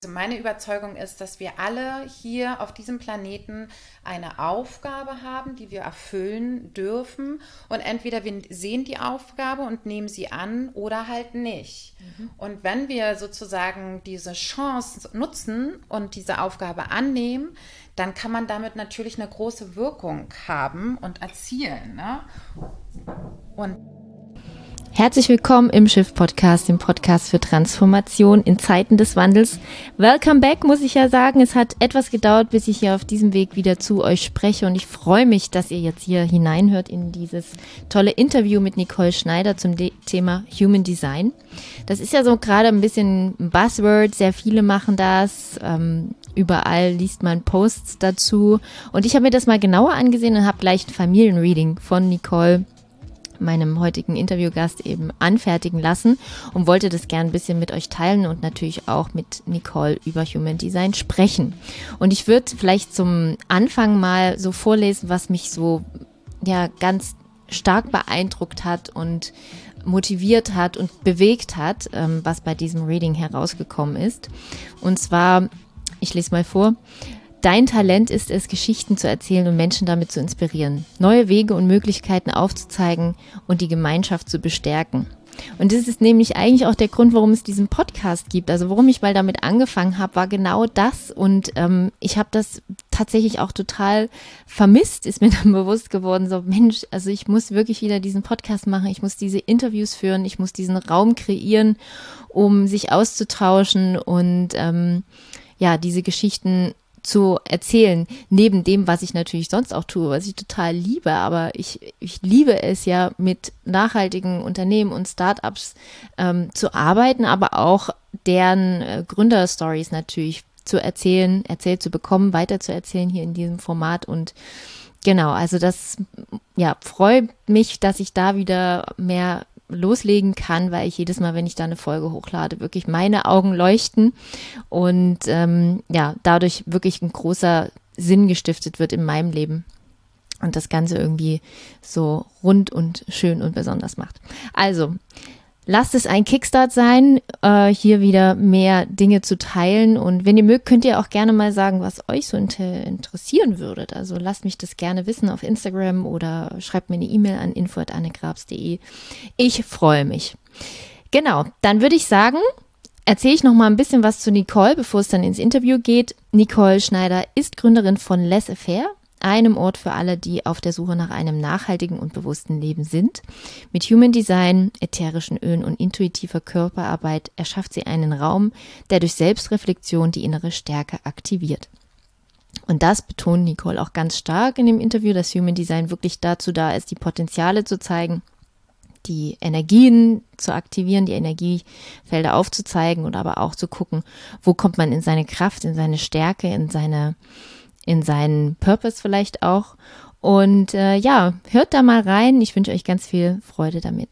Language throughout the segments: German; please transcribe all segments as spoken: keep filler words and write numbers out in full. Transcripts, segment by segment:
Also meine Überzeugung ist, dass wir alle hier auf diesem Planeten eine Aufgabe haben, die wir erfüllen dürfen. Und entweder wir sehen die Aufgabe und nehmen sie an oder halt nicht. Mhm. Und wenn wir sozusagen diese Chance nutzen und diese Aufgabe annehmen, dann kann man damit natürlich eine große Wirkung haben und erzielen. Ne? Und Herzlich willkommen im Schiff-Podcast, dem Podcast für Transformation in Zeiten des Wandels. Welcome back, muss ich ja sagen. Es hat etwas gedauert, bis ich hier auf diesem Weg wieder zu euch spreche und ich freue mich, dass ihr jetzt hier hineinhört in dieses tolle Interview mit Nicole Schneider zum De- Thema Human Design. Das ist ja so gerade ein bisschen ein Buzzword, sehr viele machen das, ähm, überall liest man Posts dazu und ich habe mir das mal genauer angesehen und habe gleich ein Familienreading von Nicole, meinem heutigen Interviewgast, eben anfertigen lassen und wollte das gern ein bisschen mit euch teilen und natürlich auch mit Nicole über Human Design sprechen. Und ich würde vielleicht zum Anfang mal so vorlesen, was mich so ja ganz stark beeindruckt hat und motiviert hat und bewegt hat, ähm, was bei diesem Reading herausgekommen ist. Und zwar, ich lese mal vor: Dein Talent ist es, Geschichten zu erzählen und Menschen damit zu inspirieren, neue Wege und Möglichkeiten aufzuzeigen und die Gemeinschaft zu bestärken. Und das ist nämlich eigentlich auch der Grund, warum es diesen Podcast gibt. Also warum ich mal damit angefangen habe, war genau das. Und ähm, ich habe das tatsächlich auch total vermisst, ist mir dann bewusst geworden, so Mensch, also ich muss wirklich wieder diesen Podcast machen, ich muss diese Interviews führen, ich muss diesen Raum kreieren, um sich auszutauschen und ähm, ja, diese Geschichten zu erzählen, neben dem, was ich natürlich sonst auch tue, was ich total liebe, aber ich, ich liebe es ja, mit nachhaltigen Unternehmen und Startups ähm, zu arbeiten, aber auch deren äh, Gründerstories natürlich zu erzählen, erzählt zu bekommen, weiterzuerzählen hier in diesem Format. Und genau, also das ja freut mich, dass ich da wieder mehr loslegen kann, weil ich jedes Mal, wenn ich da eine Folge hochlade, wirklich meine Augen leuchten und ähm, ja, dadurch wirklich ein großer Sinn gestiftet wird in meinem Leben und das Ganze irgendwie so rund und schön und besonders macht. Also, lasst es ein Kickstart sein, äh, hier wieder mehr Dinge zu teilen. Und wenn ihr mögt, könnt ihr auch gerne mal sagen, was euch so inter- interessieren würde. Also lasst mich das gerne wissen auf Instagram oder schreibt mir eine E-Mail an info at annegrabs punkt de. Ich freue mich. Genau, dann würde ich sagen, erzähle ich noch mal ein bisschen was zu Nicole, bevor es dann ins Interview geht. Nicole Schneider ist Gründerin von Laissez-faire, einem Ort für alle, die auf der Suche nach einem nachhaltigen und bewussten Leben sind. Mit Human Design, ätherischen Ölen und intuitiver Körperarbeit erschafft sie einen Raum, der durch Selbstreflexion die innere Stärke aktiviert. Und das betont Nicole auch ganz stark in dem Interview, dass Human Design wirklich dazu da ist, die Potenziale zu zeigen, die Energien zu aktivieren, die Energiefelder aufzuzeigen und aber auch zu gucken, wo kommt man in seine Kraft, in seine Stärke, in seine in seinen Purpose vielleicht auch. Und äh, ja, hört da mal rein. Ich wünsche euch ganz viel Freude damit.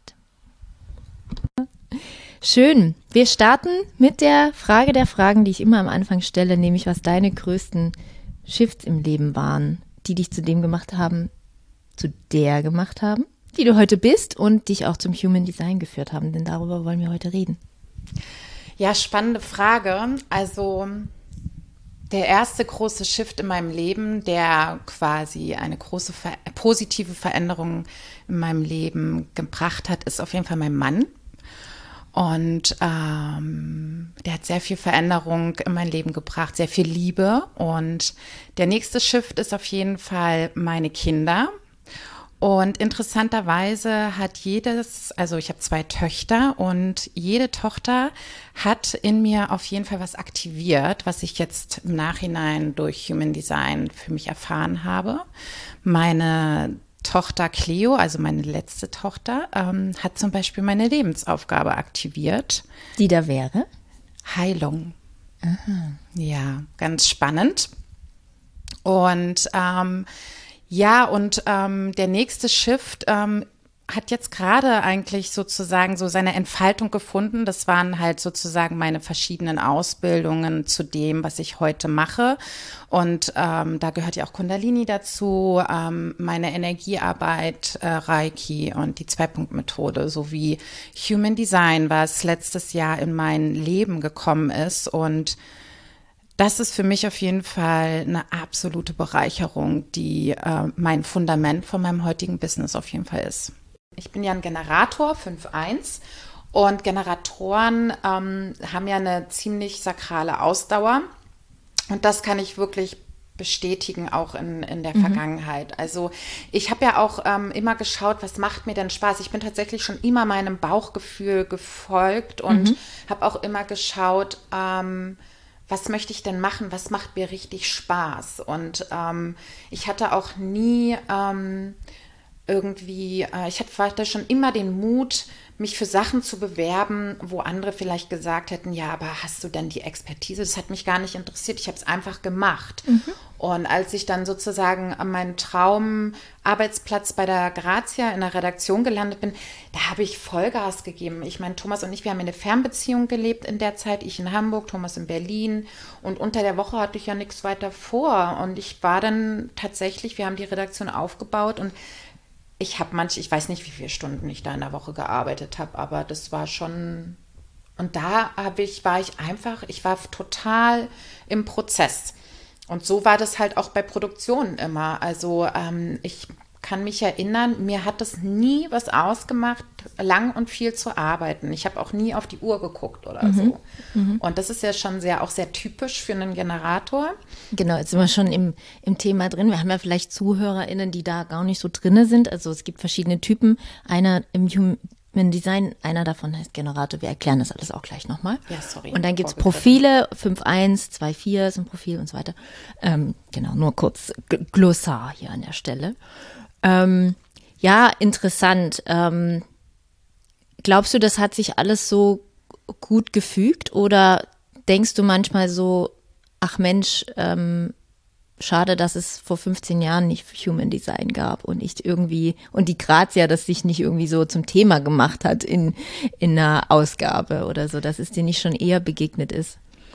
Schön. Wir starten mit der Frage der Fragen, die ich immer am Anfang stelle, nämlich was deine größten Shifts im Leben waren, die dich zu dem gemacht haben, zu der gemacht haben, die du heute bist und dich auch zum Human Design geführt haben. Denn darüber wollen wir heute reden. Ja, spannende Frage. Also der erste große Shift in meinem Leben, der quasi eine große ver- positive Veränderung in meinem Leben gebracht hat, ist auf jeden Fall mein Mann. Und ähm, der hat sehr viel Veränderung in mein Leben gebracht, sehr viel Liebe. Und der nächste Shift ist auf jeden Fall meine Kinder. Und interessanterweise hat jedes, also ich habe zwei Töchter und jede Tochter hat in mir auf jeden Fall was aktiviert, was ich jetzt im Nachhinein durch Human Design für mich erfahren habe. Meine Tochter Cleo, also meine letzte Tochter, ähm, hat zum Beispiel meine Lebensaufgabe aktiviert. Die da wäre? Heilung. Aha. Ja, ganz spannend. Und ähm, Ja, und ähm, der nächste Shift ähm, hat jetzt gerade eigentlich sozusagen so seine Entfaltung gefunden. Das waren halt sozusagen meine verschiedenen Ausbildungen zu dem, was ich heute mache. Und ähm, da gehört ja auch Kundalini dazu, ähm, meine Energiearbeit, äh, Reiki und die Zwei-Punkt-Methode sowie Human Design, was letztes Jahr in mein Leben gekommen ist. Und das ist für mich auf jeden Fall eine absolute Bereicherung, die äh, mein Fundament von meinem heutigen Business auf jeden Fall ist. Ich bin ja ein Generator, fünf eins, und Generatoren ähm, haben ja eine ziemlich sakrale Ausdauer, und das kann ich wirklich bestätigen, auch in, in der mhm. Vergangenheit. Also ich habe ja auch ähm, immer geschaut, was macht mir denn Spaß? Ich bin tatsächlich schon immer meinem Bauchgefühl gefolgt und mhm. habe auch immer geschaut, ähm, was möchte ich denn machen? Was macht mir richtig Spaß? Und ähm, ich hatte auch nie ähm, irgendwie, äh, ich hatte schon immer den Mut, mich für Sachen zu bewerben, wo andere vielleicht gesagt hätten, ja, aber hast du denn die Expertise? Das hat mich gar nicht interessiert. Ich habe es einfach gemacht. Mhm. Und als ich dann sozusagen an meinen Traumarbeitsplatz bei der Grazia in der Redaktion gelandet bin, da habe ich Vollgas gegeben. Ich meine, Thomas und ich, wir haben in einer Fernbeziehung gelebt in der Zeit. Ich in Hamburg, Thomas in Berlin. Und unter der Woche hatte ich ja nichts weiter vor. Und ich war dann tatsächlich, wir haben die Redaktion aufgebaut, und ich habe manche, ich weiß nicht, wie viele Stunden ich da in der Woche gearbeitet habe, aber das war schon, und da habe ich, war ich einfach, ich war total im Prozess. Und so war das halt auch bei Produktionen immer. Also ähm, ich kann mich erinnern, mir hat es nie was ausgemacht, lang und viel zu arbeiten. Ich habe auch nie auf die Uhr geguckt oder mhm. so. Mhm. Und das ist ja schon sehr, auch sehr typisch für einen Generator. Genau, jetzt sind wir schon im, im Thema drin. Wir haben ja vielleicht ZuhörerInnen, die da gar nicht so drinne sind. Also es gibt verschiedene Typen. Einer im Human Design, einer davon heißt Generator. Wir erklären das alles auch gleich nochmal. Ja, sorry. Und dann gibt es Profile, fünf eins, zwei vier ist ein Profil und so weiter. Ähm, genau, nur kurz Glossar hier an der Stelle. Ähm, ja, interessant. Ähm, glaubst du, das hat sich alles so gut gefügt, oder denkst du manchmal so, ach Mensch, ähm, schade, dass es vor fünfzehn Jahren nicht Human Design gab und nicht irgendwie, und die Grazia das sich nicht irgendwie so zum Thema gemacht hat in, in einer Ausgabe oder so, dass es dir nicht schon eher begegnet ist?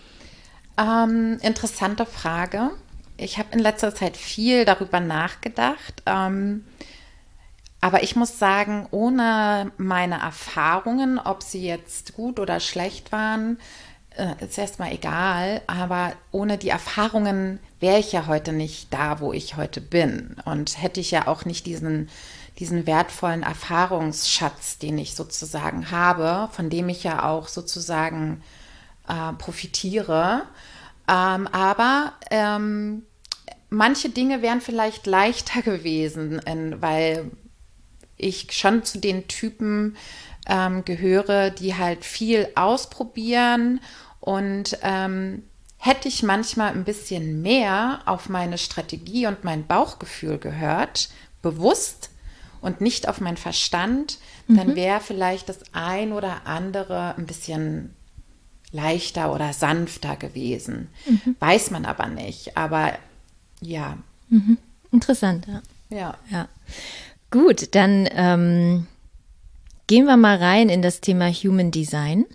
Ähm, interessante Frage. Ich habe in letzter Zeit viel darüber nachgedacht, ähm, aber ich muss sagen, ohne meine Erfahrungen, ob sie jetzt gut oder schlecht waren, äh, ist erstmal egal, aber ohne die Erfahrungen wäre ich ja heute nicht da, wo ich heute bin, und hätte ich ja auch nicht diesen, diesen wertvollen Erfahrungsschatz, den ich sozusagen habe, von dem ich ja auch sozusagen äh, profitiere. Ähm, aber ähm, manche Dinge wären vielleicht leichter gewesen, in, weil ich schon zu den Typen ähm, gehöre, die halt viel ausprobieren, und ähm, hätte ich manchmal ein bisschen mehr auf meine Strategie und mein Bauchgefühl gehört, bewusst und nicht auf meinen Verstand, mhm. dann wäre vielleicht das ein oder andere ein bisschen leichter oder sanfter gewesen. Mhm. Weiß man aber nicht. Aber ja. Mhm. Interessant, ja. Ja. ja. Gut, dann ähm, gehen wir mal rein in das Thema Human Design.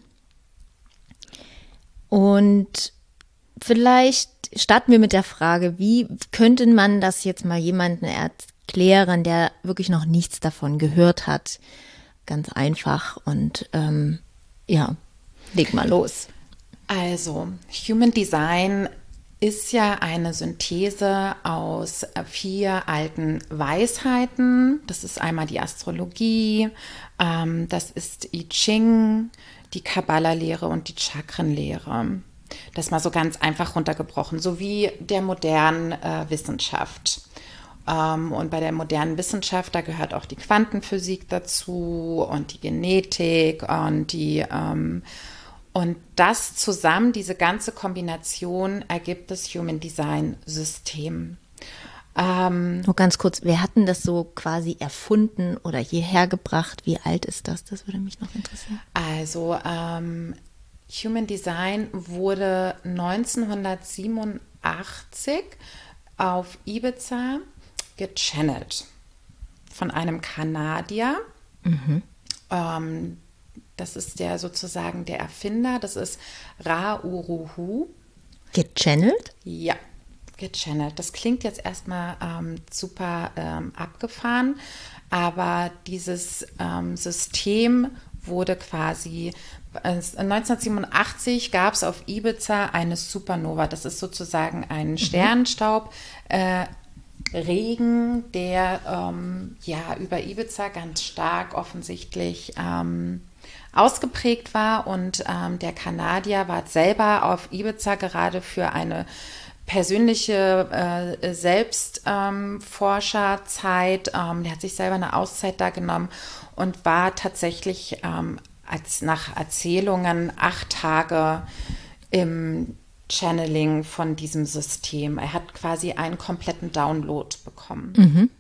Und vielleicht starten wir mit der Frage, wie könnte man das jetzt mal jemandem erklären, der wirklich noch nichts davon gehört hat? Ganz einfach und ähm, ja, leg mal los. Also, Human Design ist ja eine Synthese aus vier alten Weisheiten. Das ist einmal die Astrologie, ähm, das ist I Ching, die Kabbala-Lehre und die Chakrenlehre. Das mal so ganz einfach runtergebrochen, sowie der modernen äh, Wissenschaft. Ähm, und bei der modernen Wissenschaft, da gehört auch die Quantenphysik dazu und die Genetik und die ähm, und das zusammen, diese ganze Kombination, ergibt das Human Design System. Ähm, Nur ganz kurz, wer hat denn das so quasi erfunden oder hierher gebracht? Wie alt ist das? Das würde mich noch interessieren. Also ähm, Human Design wurde neunzehnhundertsiebenundachtzig auf Ibiza gechannelt von einem Kanadier. Mhm. Ähm, das ist der sozusagen der Erfinder. Das ist Ra Uru Hu. Gechannelt? Ja, gechannelt. Das klingt jetzt erstmal ähm, super ähm, abgefahren, aber dieses ähm, System wurde quasi neunzehnhundertsiebenundachtzig gab es auf Ibiza eine Supernova. Das ist sozusagen ein Sternenstaub. Äh, Regen, der ähm, ja über Ibiza ganz stark offensichtlich ähm, ausgeprägt war, und ähm, der Kanadier war selber auf Ibiza gerade für eine persönliche äh, Selbstforscherzeit. Ähm, ähm, der hat sich selber eine Auszeit da genommen und war tatsächlich ähm, als nach Erzählungen acht Tage im Channeling von diesem System. Er hat quasi einen kompletten Download bekommen. Mhm.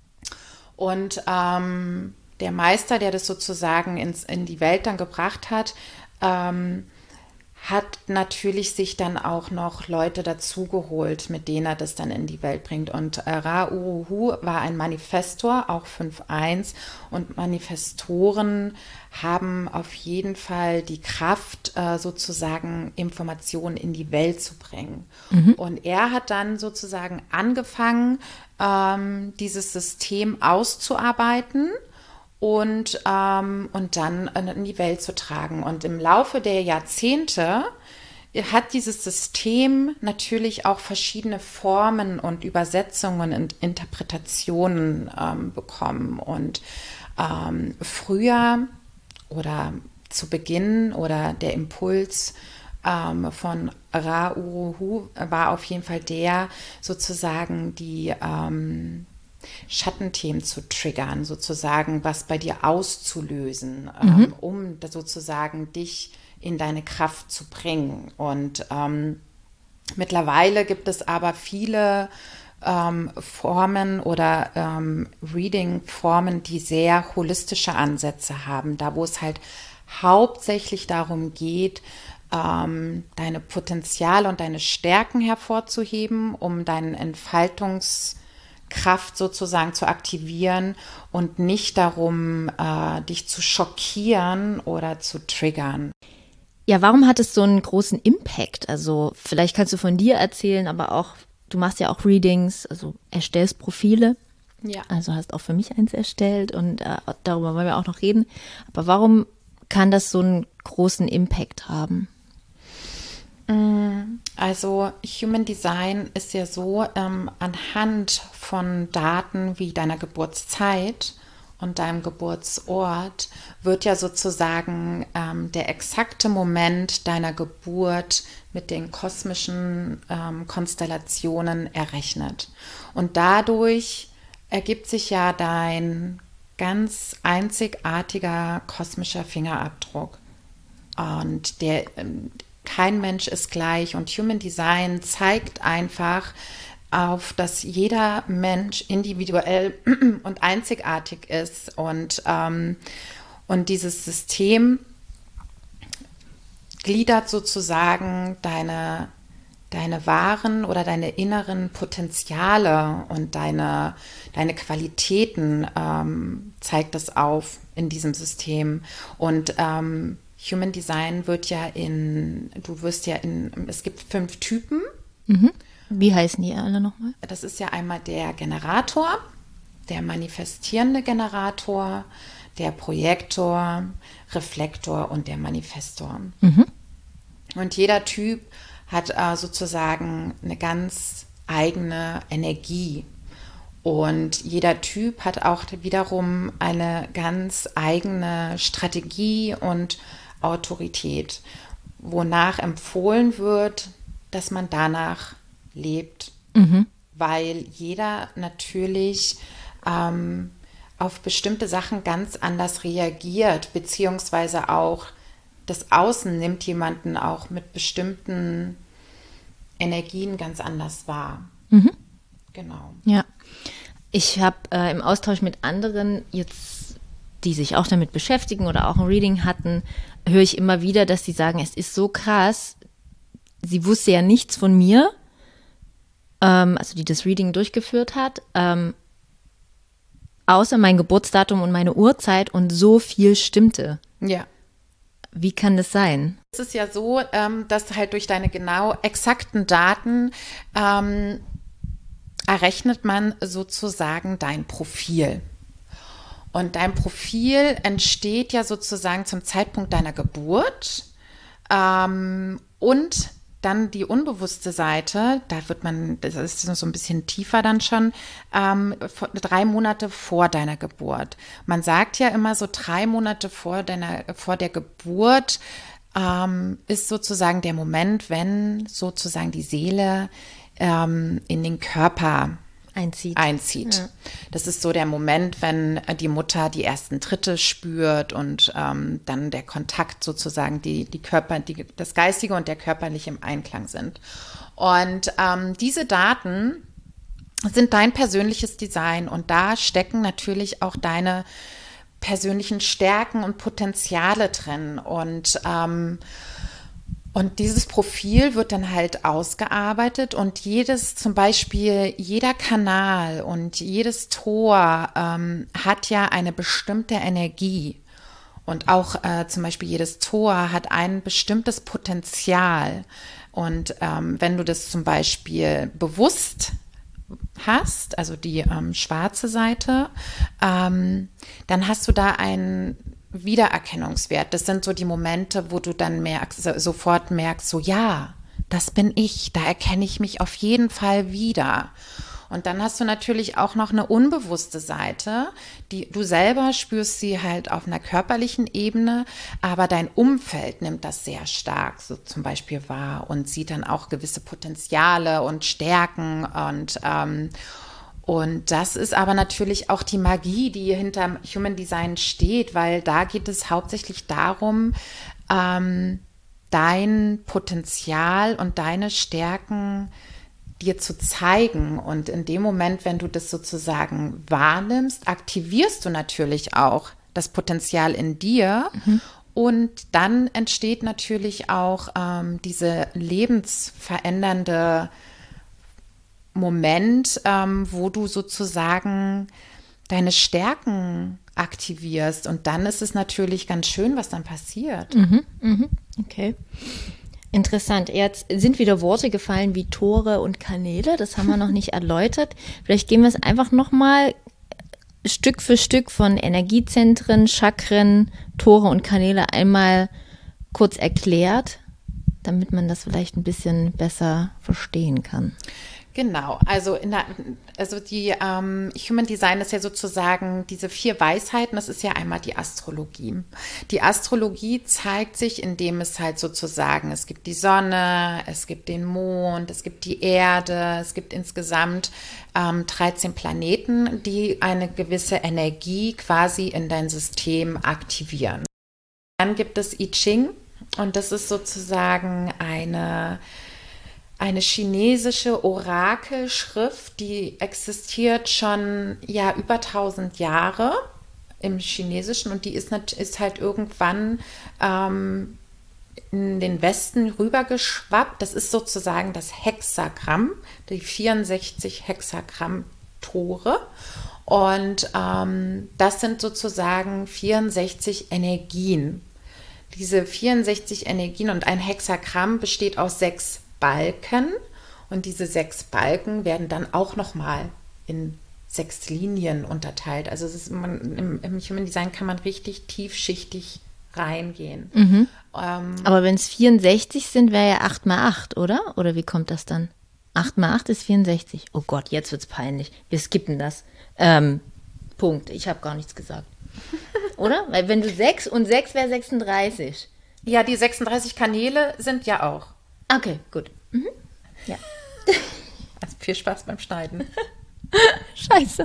Und ähm, der Meister, der das sozusagen ins, in die Welt dann gebracht hat, ähm, hat natürlich sich dann auch noch Leute dazugeholt, mit denen er das dann in die Welt bringt. Und äh, Ra-Uru-Hu war ein Manifestor, auch fünf eins. Und Manifestoren haben auf jeden Fall die Kraft, äh, sozusagen Informationen in die Welt zu bringen. Mhm. Und er hat dann sozusagen angefangen, ähm, dieses System auszuarbeiten und, ähm, und dann in die Welt zu tragen. Und im Laufe der Jahrzehnte hat dieses System natürlich auch verschiedene Formen und Übersetzungen und Interpretationen ähm, bekommen. Und ähm, früher oder zu Beginn oder der Impuls ähm, von Ra-Uru-Hu war auf jeden Fall der, sozusagen die ähm, Schattenthemen zu triggern, sozusagen was bei dir auszulösen, mhm. ähm, um sozusagen dich in deine Kraft zu bringen. Und ähm, mittlerweile gibt es aber viele ähm, Formen oder ähm, Reading-Formen, die sehr holistische Ansätze haben, da wo es halt hauptsächlich darum geht, ähm, deine Potenziale und deine Stärken hervorzuheben, um deinen Entfaltungs Kraft sozusagen zu aktivieren und nicht darum, äh, dich zu schockieren oder zu triggern. Ja, warum hat es so einen großen Impact? Also vielleicht kannst du von dir erzählen, aber auch, du machst ja auch Readings, also erstellst Profile. Ja. Also hast auch für mich eins erstellt und äh, darüber wollen wir auch noch reden. Aber warum kann das so einen großen Impact haben? Also Human Design ist ja so, ähm, anhand von Daten wie deiner Geburtszeit und deinem Geburtsort wird ja sozusagen ähm, der exakte Moment deiner Geburt mit den kosmischen ähm, Konstellationen errechnet. Und dadurch ergibt sich ja dein ganz einzigartiger kosmischer Fingerabdruck. Und der ähm, kein Mensch ist gleich, und Human Design zeigt einfach auf, dass jeder Mensch individuell und einzigartig ist, und, ähm, und dieses System gliedert sozusagen deine, deine wahren oder deine inneren Potenziale und deine, deine Qualitäten, ähm, zeigt das auf in diesem System. Und ähm, Human Design wird ja in, du wirst ja in, es gibt fünf Typen. Mhm. Wie heißen die alle nochmal? Das ist ja einmal der Generator, der manifestierende Generator, der Projektor, Reflektor und der Manifestor. Mhm. Und jeder Typ hat äh, sozusagen eine ganz eigene Energie. Und jeder Typ hat auch wiederum eine ganz eigene Strategie und Autorität, wonach empfohlen wird, dass man danach lebt, mhm. weil jeder natürlich ähm, auf bestimmte Sachen ganz anders reagiert, beziehungsweise auch das Außen nimmt jemanden auch mit bestimmten Energien ganz anders wahr. Mhm. Genau. Ja, ich habe äh, im Austausch mit anderen jetzt, die sich auch damit beschäftigen oder auch ein Reading hatten, höre ich immer wieder, dass sie sagen, es ist so krass, sie wusste ja nichts von mir, ähm, also die das Reading durchgeführt hat, ähm, außer mein Geburtsdatum und meine Uhrzeit, und so viel stimmte. Ja. Wie kann das sein? Es ist ja so, ähm, dass halt durch deine genau exakten Daten ähm, errechnet man sozusagen dein Profil. Und dein Profil entsteht ja sozusagen zum Zeitpunkt deiner Geburt. Ähm, und dann die unbewusste Seite, da wird man, das ist so ein bisschen tiefer dann schon, ähm, drei Monate vor deiner Geburt. Man sagt ja immer so drei Monate vor deiner, vor der Geburt ähm, ist sozusagen der Moment, wenn sozusagen die Seele ähm, in den Körper einzieht. einzieht. Ja. Das ist so der Moment, wenn die Mutter die ersten Tritte spürt und ähm, dann der Kontakt sozusagen, die, die Körper, die, das Geistige und der körperliche im Einklang sind. Und ähm, diese Daten sind dein persönliches Design und da stecken natürlich auch deine persönlichen Stärken und Potenziale drin. Und ähm, Und dieses Profil wird dann halt ausgearbeitet und jedes, zum Beispiel jeder Kanal und jedes Tor ähm, hat ja eine bestimmte Energie. Und auch äh, zum Beispiel jedes Tor hat ein bestimmtes Potenzial. Und ähm, wenn du das zum Beispiel bewusst hast, also die ähm, schwarze Seite, ähm, dann hast du da ein Wiedererkennungswert. Das sind so die Momente, wo du dann merkst, sofort merkst, so ja, das bin ich, da erkenne ich mich auf jeden Fall wieder. Und dann hast du natürlich auch noch eine unbewusste Seite, die du selber spürst sie halt auf einer körperlichen Ebene, aber dein Umfeld nimmt das sehr stark, so zum Beispiel wahr und sieht dann auch gewisse Potenziale und Stärken und ähm, Und das ist aber natürlich auch die Magie, die hinter Human Design steht, weil da geht es hauptsächlich darum, ähm, dein Potenzial und deine Stärken dir zu zeigen. Und in dem Moment, wenn du das sozusagen wahrnimmst, aktivierst du natürlich auch das Potenzial in dir. Mhm. Und dann entsteht natürlich auch ähm, diese lebensverändernde Moment, ähm, wo du sozusagen deine Stärken aktivierst. Und dann ist es natürlich ganz schön, was dann passiert. Mhm, mhm, okay. Interessant. Jetzt sind wieder Worte gefallen wie Tore und Kanäle. Das haben wir noch nicht erläutert. Vielleicht gehen wir es einfach nochmal Stück für Stück von Energiezentren, Chakren, Tore und Kanäle einmal kurz erklärt, damit man das vielleicht ein bisschen besser verstehen kann. Genau, also in der, also die ähm, Human Design ist ja sozusagen diese vier Weisheiten, das ist ja einmal die Astrologie. Die Astrologie zeigt sich, indem es halt sozusagen, es gibt die Sonne, es gibt den Mond, es gibt die Erde, es gibt insgesamt ähm, dreizehn Planeten, die eine gewisse Energie quasi in dein System aktivieren. Dann gibt es I Ching und das ist sozusagen eine Eine chinesische Orakelschrift, die existiert schon ja über tausend Jahre im Chinesischen und die ist, ist halt irgendwann ähm, in den Westen rübergeschwappt. Das ist sozusagen das Hexagramm, die vierundsechzig Hexagramm-Tore. Und ähm, das sind sozusagen vierundsechzig Energien. Diese vierundsechzig Energien und ein Hexagramm besteht aus sechs Balken und diese sechs Balken werden dann auch nochmal in sechs Linien unterteilt. Also es ist, man, im, im Human Design kann man richtig tiefschichtig reingehen. Mhm. Ähm, Aber wenn es vierundsechzig sind, wäre ja acht mal acht, oder? Oder wie kommt das dann? acht mal acht ist vierundsechzig. Oh Gott, jetzt wird's peinlich. Wir skippen das. Ähm, Punkt. Ich habe gar nichts gesagt. Oder? Weil wenn du sechs und sechs wäre sechsunddreißig. Ja, die sechsunddreißig Kanäle sind ja auch. Okay, gut. Mhm. Ja. Also viel Spaß beim Schneiden. Scheiße.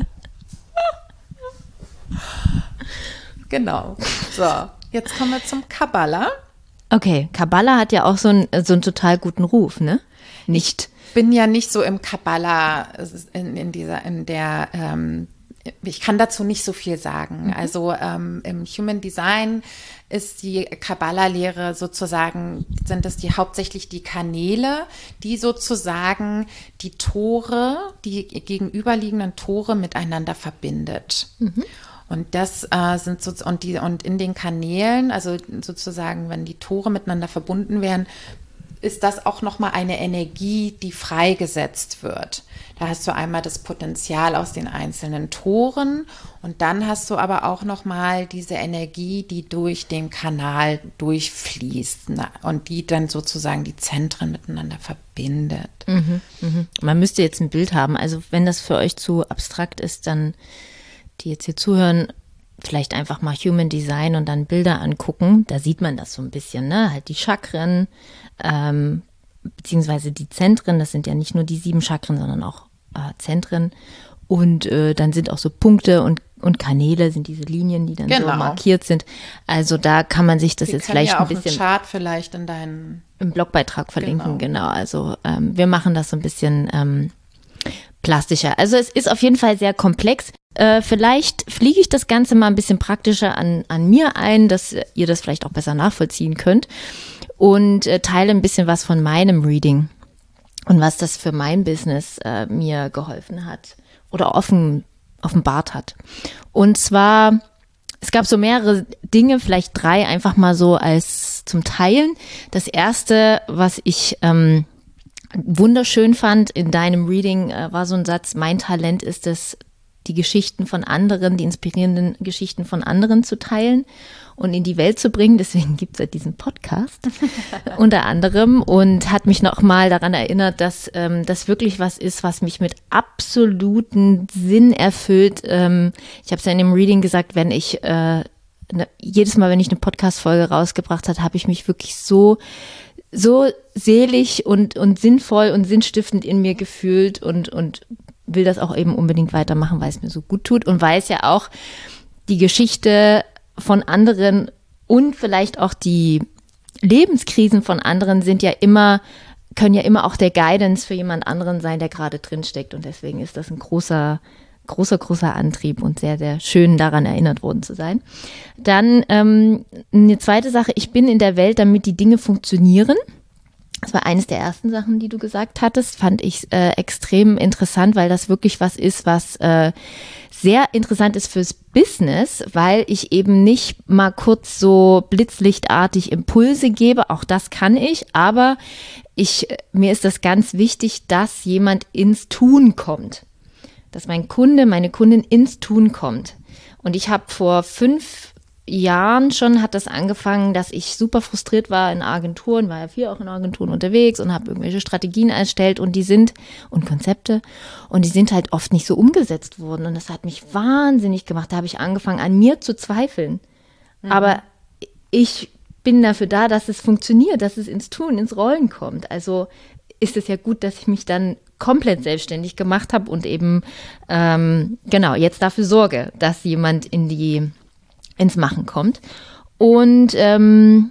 Genau. So, jetzt kommen wir zum Kabbalah. Okay, Kabbalah hat ja auch so einen, so einen total guten Ruf, ne? Nicht. Ich bin ja nicht so im Kabbalah, in, in dieser, in der, ähm, ich kann dazu nicht so viel sagen. Mhm. Also ähm, im Human Design ist die Kabbalah-Lehre sozusagen, sind es die hauptsächlich die Kanäle, die sozusagen die Tore, die gegenüberliegenden Tore miteinander verbindet. Mhm. Und das äh, sind so, und die, und in den Kanälen, also sozusagen, wenn die Tore miteinander verbunden werden, ist das auch nochmal eine Energie, die freigesetzt wird. Da hast du einmal das Potenzial aus den einzelnen Toren und dann hast du aber auch nochmal diese Energie, die durch den Kanal durchfließt, ne? Und die dann sozusagen die Zentren miteinander verbindet. Mhm, mhm. Man müsste jetzt ein Bild haben. Also wenn das für euch zu abstrakt ist, dann die jetzt hier zuhören, vielleicht einfach mal Human Design und dann Bilder angucken. Da sieht man das so ein bisschen, ne? Halt die Chakren, ähm, beziehungsweise die Zentren. Das sind ja nicht nur die sieben Chakren, sondern auch äh, Zentren. Und äh, dann sind auch so Punkte und, und Kanäle, sind diese Linien, die dann genau. so markiert sind. Also da kann man sich das wir jetzt vielleicht ja ein auch bisschen einen Chart vielleicht in deinen im Blogbeitrag verlinken. Genau. Genau. Also ähm, wir machen das so ein bisschen ähm, plastischer. Also es ist auf jeden Fall sehr komplex. Äh, vielleicht fliege ich das Ganze mal ein bisschen praktischer an, an mir ein, dass ihr das vielleicht auch besser nachvollziehen könnt und äh, teile ein bisschen was von meinem Reading und was das für mein Business äh, mir geholfen hat oder offen, offenbart hat. Und zwar, es gab so mehrere Dinge, vielleicht drei einfach mal so als zum Teilen. Das erste, was ich ähm, wunderschön fand in deinem Reading, äh, war so ein Satz: Mein Talent ist es, die Geschichten von anderen, die inspirierenden Geschichten von anderen zu teilen und in die Welt zu bringen. Deswegen gibt es ja diesen Podcast unter anderem und hat mich nochmal daran erinnert, dass ähm, das wirklich was ist, was mich mit absoluten Sinn erfüllt. Ähm, ich habe es ja in dem Reading gesagt, wenn ich äh, ne, jedes Mal, wenn ich eine Podcast-Folge rausgebracht habe, habe ich mich wirklich so so selig und, und sinnvoll und sinnstiftend in mir gefühlt und, und will das auch eben unbedingt weitermachen, weil es mir so gut tut und weil es ja auch die Geschichte von anderen und vielleicht auch die Lebenskrisen von anderen sind ja immer, können ja immer auch der Guidance für jemand anderen sein, der gerade drin steckt und deswegen ist das ein großer, großer, großer Antrieb und sehr, sehr schön daran erinnert worden zu sein. Dann ähm, eine zweite Sache, ich bin in der Welt, damit die Dinge funktionieren. Das war eines der ersten Sachen, die du gesagt hattest, fand ich äh, extrem interessant, weil das wirklich was ist, was äh, sehr interessant ist fürs Business, weil ich eben nicht mal kurz so blitzlichtartig Impulse gebe, auch das kann ich, aber ich, mir ist das ganz wichtig, dass jemand ins Tun kommt, dass mein Kunde, meine Kundin ins Tun kommt. Und ich habe vor fünf Jahren schon hat das angefangen, dass ich super frustriert war in Agenturen, war ja viel auch in Agenturen unterwegs und habe irgendwelche Strategien erstellt und die sind, und Konzepte, und die sind halt oft nicht so umgesetzt worden und das hat mich wahnsinnig gemacht. Da habe ich angefangen, an mir zu zweifeln. Mhm. Aber ich bin dafür da, dass es funktioniert, dass es ins Tun, ins Rollen kommt. Also ist es ja gut, dass ich mich dann komplett selbstständig gemacht habe und eben, ähm, genau, jetzt dafür sorge, dass jemand in die ins Machen kommt. Und, ähm,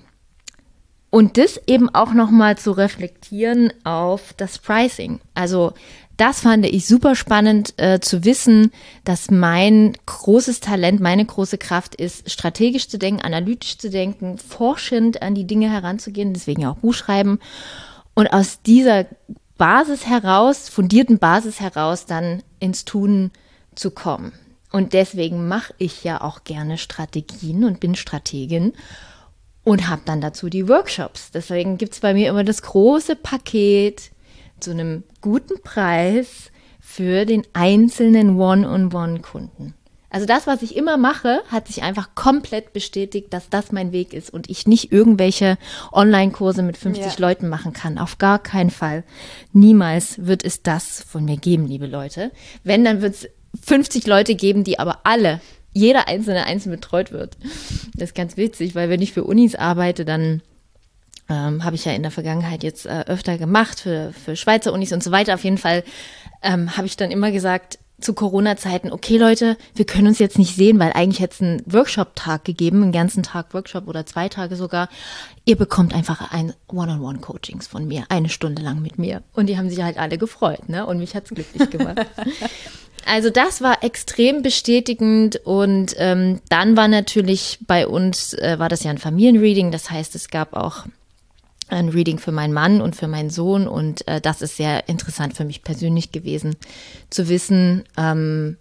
und das eben auch nochmal zu reflektieren auf das Pricing. Also das fand ich super spannend äh, zu wissen, dass mein großes Talent, meine große Kraft ist, strategisch zu denken, analytisch zu denken, forschend an die Dinge heranzugehen, deswegen auch Buch schreiben. Und aus dieser Basis heraus, fundierten Basis heraus, dann ins Tun zu kommen. Und deswegen mache ich ja auch gerne Strategien und bin Strategin und habe dann dazu die Workshops. Deswegen gibt es bei mir immer das große Paket zu einem guten Preis für den einzelnen One-on-One-Kunden. Also das, was ich immer mache, hat sich einfach komplett bestätigt, dass das mein Weg ist und ich nicht irgendwelche Online-Kurse mit fünfzig ja. Leuten machen kann. Auf gar keinen Fall. Niemals wird es das von mir geben, liebe Leute. Wenn, dann wird es fünfzig Leute geben, die aber alle, jeder einzelne einzeln betreut wird. Das ist ganz witzig, weil wenn ich für Unis arbeite, dann ähm, habe ich ja in der Vergangenheit jetzt äh, öfter gemacht, für, für Schweizer Unis und so weiter. Auf jeden Fall ähm, habe ich dann immer gesagt, zu Corona-Zeiten, okay Leute, wir können uns jetzt nicht sehen, weil eigentlich hätte es einen Workshop-Tag gegeben, einen ganzen Tag Workshop oder zwei Tage sogar. Ihr bekommt einfach ein One-on-One-Coachings von mir, eine Stunde lang mit mir. Und die haben sich halt alle gefreut, ne? Und mich hat es glücklich gemacht. Also das war extrem bestätigend und ähm, dann war natürlich bei uns, äh, war das ja ein Familienreading, das heißt, es gab auch ein Reading für meinen Mann und für meinen Sohn und äh, das ist sehr interessant für mich persönlich gewesen, zu wissen, ähm,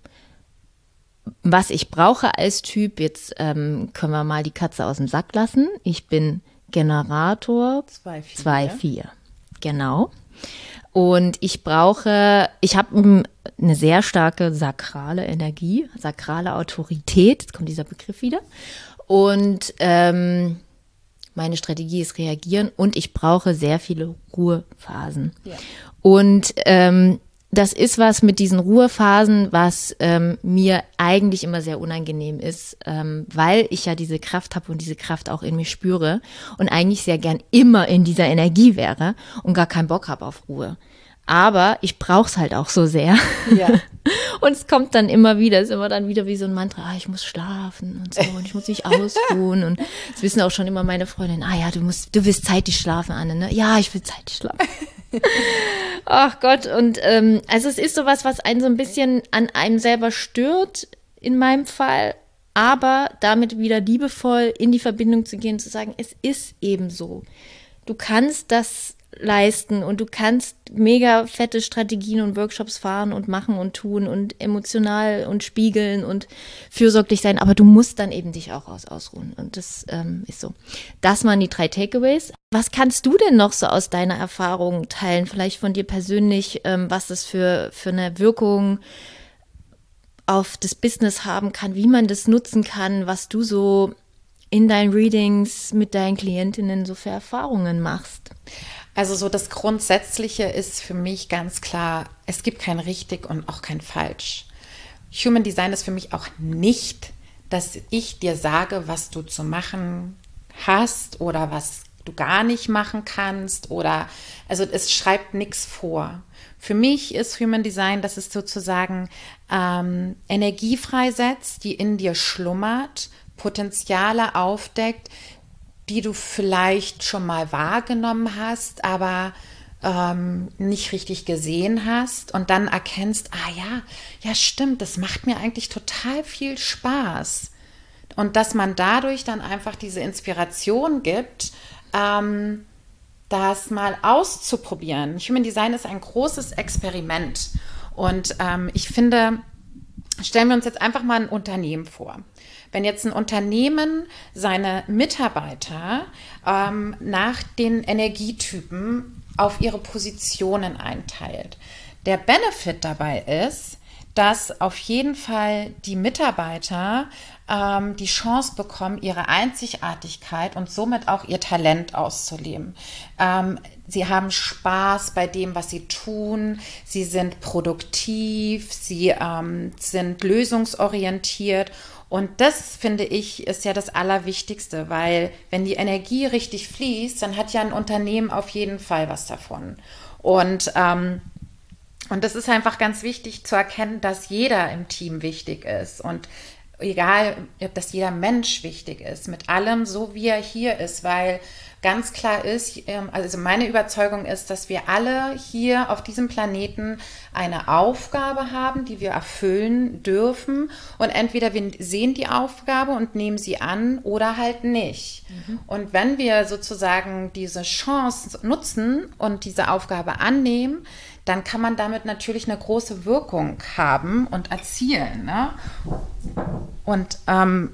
was ich brauche als Typ. Jetzt ähm, können wir mal die Katze aus dem Sack lassen. Ich bin Generator zwei vier. zwei vier. Genau. Und ich brauche, ich habe eine sehr starke sakrale Energie, sakrale Autorität, jetzt kommt dieser Begriff wieder. Und ähm, meine Strategie ist reagieren und ich brauche sehr viele Ruhephasen. Ja. Und ähm, das ist was mit diesen Ruhephasen, was ähm, mir eigentlich immer sehr unangenehm ist, ähm, weil ich ja diese Kraft habe und diese Kraft auch in mir spüre und eigentlich sehr gern immer in dieser Energie wäre und gar keinen Bock habe auf Ruhe. Aber ich brauche es halt auch so sehr. Ja. Und es kommt dann immer wieder, es ist immer dann wieder wie so ein Mantra, ah, ich muss schlafen und so und ich muss mich ausruhen. Und das wissen auch schon immer meine Freundinnen, ah ja, du musst, du willst zeitig schlafen, Anne, ne? Ja, ich will zeitig schlafen. Ach Gott, und ähm, also es ist sowas, was einen so ein bisschen an einem selber stört, in meinem Fall, aber damit wieder liebevoll in die Verbindung zu gehen, zu sagen, es ist eben so. Du kannst das leisten und du kannst mega fette Strategien und Workshops fahren und machen und tun und emotional und spiegeln und fürsorglich sein, aber du musst dann eben dich auch aus, ausruhen und das ähm, ist so. Das waren die drei Takeaways. Was kannst du denn noch so aus deiner Erfahrung teilen, vielleicht von dir persönlich, ähm, was das für, für eine Wirkung auf das Business haben kann, wie man das nutzen kann, was du so in deinen Readings mit deinen Klientinnen so für Erfahrungen machst? Also so das Grundsätzliche ist für mich ganz klar, es gibt kein richtig und auch kein falsch. Human Design ist für mich auch nicht, dass ich dir sage, was du zu machen hast oder was du gar nicht machen kannst oder, also es schreibt nichts vor. Für mich ist Human Design, dass es sozusagen ähm, Energie freisetzt, die in dir schlummert, Potenziale aufdeckt, die du vielleicht schon mal wahrgenommen hast, aber ähm, nicht richtig gesehen hast und dann erkennst, ah ja, ja stimmt, das macht mir eigentlich total viel Spaß. Und dass man dadurch dann einfach diese Inspiration gibt, ähm, das mal auszuprobieren. Human Design ist ein großes Experiment und ähm, ich finde, stellen wir uns jetzt einfach mal ein Unternehmen vor. Wenn jetzt ein Unternehmen seine Mitarbeiter ähm, nach den Energietypen auf ihre Positionen einteilt. Der Benefit dabei ist, dass auf jeden Fall die Mitarbeiter ähm, die Chance bekommen, ihre Einzigartigkeit und somit auch ihr Talent auszuleben. Ähm, sie haben Spaß bei dem, was sie tun. Sie sind produktiv, sie ähm, sind lösungsorientiert. Und das, finde ich, ist ja das Allerwichtigste, weil wenn die Energie richtig fließt, dann hat ja ein Unternehmen auf jeden Fall was davon. Und ähm, Und das ist einfach ganz wichtig zu erkennen, dass jeder im Team wichtig ist und egal, dass jeder Mensch wichtig ist, mit allem so, wie er hier ist, weil ganz klar ist, also meine Überzeugung ist, dass wir alle hier auf diesem Planeten eine Aufgabe haben, die wir erfüllen dürfen und entweder wir sehen die Aufgabe und nehmen sie an oder halt nicht. Mhm. Und wenn wir sozusagen diese Chance nutzen und diese Aufgabe annehmen, dann kann man damit natürlich eine große Wirkung haben und erzielen. Ne? Und, ähm,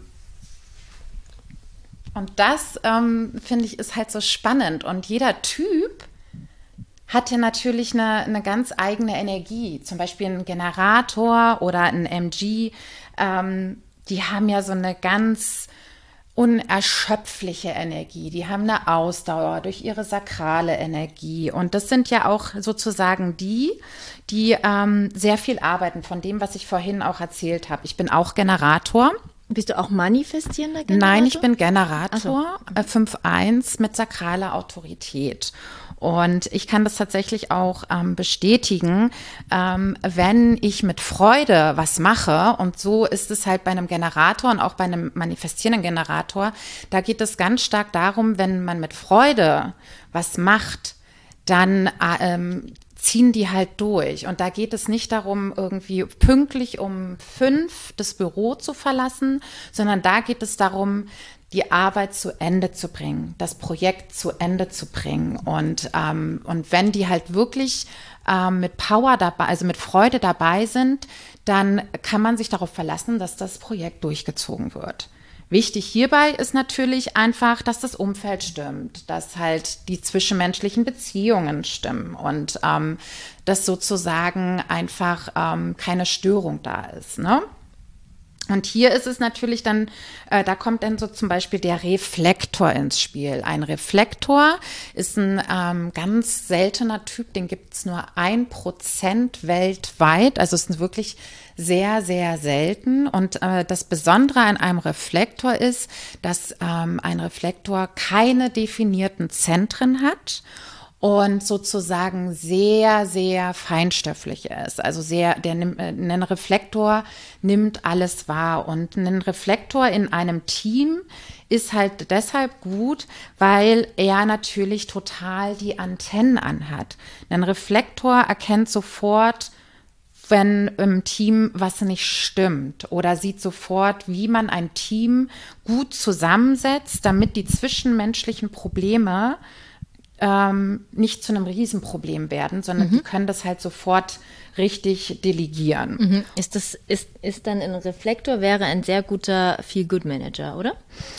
und das, ähm, finde ich, ist halt so spannend. Und jeder Typ hat ja natürlich eine, eine ganz eigene Energie. Zum Beispiel ein Generator oder ein M G, ähm, die haben ja so eine ganz unerschöpfliche Energie, die haben eine Ausdauer durch ihre sakrale Energie und das sind ja auch sozusagen die, die ähm, sehr viel arbeiten von dem, was ich vorhin auch erzählt habe. Ich bin auch Generator. Bist du auch manifestierender Generator? Nein, ich bin Generator, so. äh, fünf eins mit sakraler Autorität. Und ich kann das tatsächlich auch ähm, bestätigen, ähm, wenn ich mit Freude was mache, und so ist es halt bei einem Generator und auch bei einem manifestierenden Generator, da geht es ganz stark darum, wenn man mit Freude was macht, dann ähm, ziehen die halt durch. Und da geht es nicht darum, irgendwie pünktlich um fünf das Büro zu verlassen, sondern da geht es darum, die Arbeit zu Ende zu bringen, das Projekt zu Ende zu bringen. Und, ähm, und wenn die halt wirklich ähm, mit Power dabei, also mit Freude dabei sind, dann kann man sich darauf verlassen, dass das Projekt durchgezogen wird. Wichtig hierbei ist natürlich einfach, dass das Umfeld stimmt, dass halt die zwischenmenschlichen Beziehungen stimmen und ähm, dass sozusagen einfach ähm, keine Störung da ist, ne? Und hier ist es natürlich dann, äh, da kommt dann so zum Beispiel der Reflektor ins Spiel. Ein Reflektor ist ein ähm, ganz seltener Typ, den gibt es nur ein Prozent weltweit. Also es ist wirklich sehr, sehr selten. Und äh, das Besondere an einem Reflektor ist, dass ähm, ein Reflektor keine definierten Zentren hat und sozusagen sehr, sehr feinstofflich ist. Also sehr, der ein Reflektor nimmt alles wahr. Und ein Reflektor in einem Team ist halt deshalb gut, weil er natürlich total die Antennen anhat. Ein Reflektor erkennt sofort, wenn im Team was nicht stimmt, oder sieht sofort, wie man ein Team gut zusammensetzt, damit die zwischenmenschlichen Probleme Ähm, nicht zu einem Riesenproblem werden, sondern mhm. die können das halt sofort richtig delegieren. Mhm. Ist das, ist, ist dann ein Reflektor, wäre ein sehr guter Feel-Good-Manager, oder?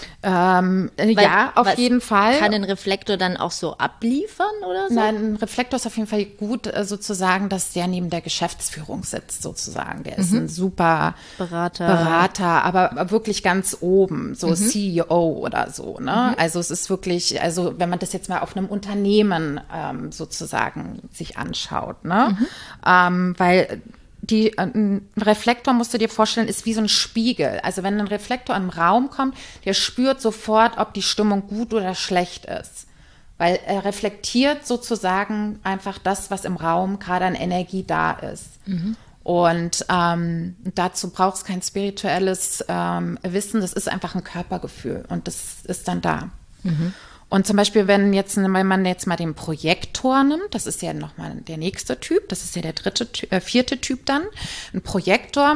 Ähm, Weil, ja, auf jeden Fall. Kann ein Reflektor dann auch so abliefern oder so? Nein, ein Reflektor ist auf jeden Fall gut, sozusagen, dass der neben der Geschäftsführung sitzt, sozusagen. Der ist mhm. ein super Berater, Berater, aber wirklich ganz oben, so mhm. C E O oder so, ne? Mhm. Also es ist wirklich, also wenn man das jetzt mal auf einem Unternehmen ähm, sozusagen sich anschaut, ne? Mhm. Ähm, weil Die, ein Reflektor, musst du dir vorstellen, ist wie so ein Spiegel. Also wenn ein Reflektor in den Raum kommt, der spürt sofort, ob die Stimmung gut oder schlecht ist. Weil er reflektiert sozusagen einfach das, was im Raum gerade an Energie da ist. Mhm. Und ähm, dazu braucht es kein spirituelles ähm, Wissen, das ist einfach ein Körpergefühl und das ist dann da. Mhm. Und zum Beispiel, wenn jetzt, wenn man jetzt mal den Projektor nimmt, das ist ja nochmal der nächste Typ, das ist ja der dritte, äh, vierte Typ dann, ein Projektor,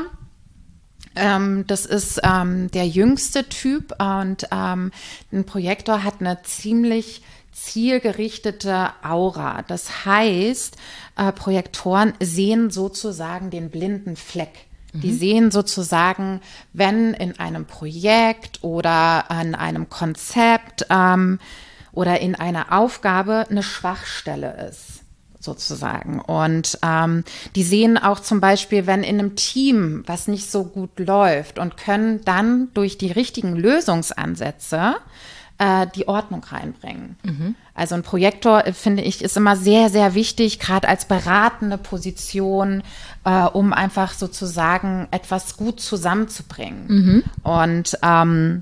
ähm, das ist ähm, der jüngste Typ und ähm, ein Projektor hat eine ziemlich zielgerichtete Aura. Das heißt, äh, Projektoren sehen sozusagen den blinden Fleck. Die sehen sozusagen, wenn in einem Projekt oder an einem Konzept ähm, oder in einer Aufgabe eine Schwachstelle ist, sozusagen. Und ähm, die sehen auch zum Beispiel, wenn in einem Team was nicht so gut läuft und können dann durch die richtigen Lösungsansätze äh, die Ordnung reinbringen. Mhm. Also ein Projektor, finde ich, ist immer sehr, sehr wichtig, gerade als beratende Position, äh, um einfach sozusagen etwas gut zusammenzubringen. Mhm. Und, ähm,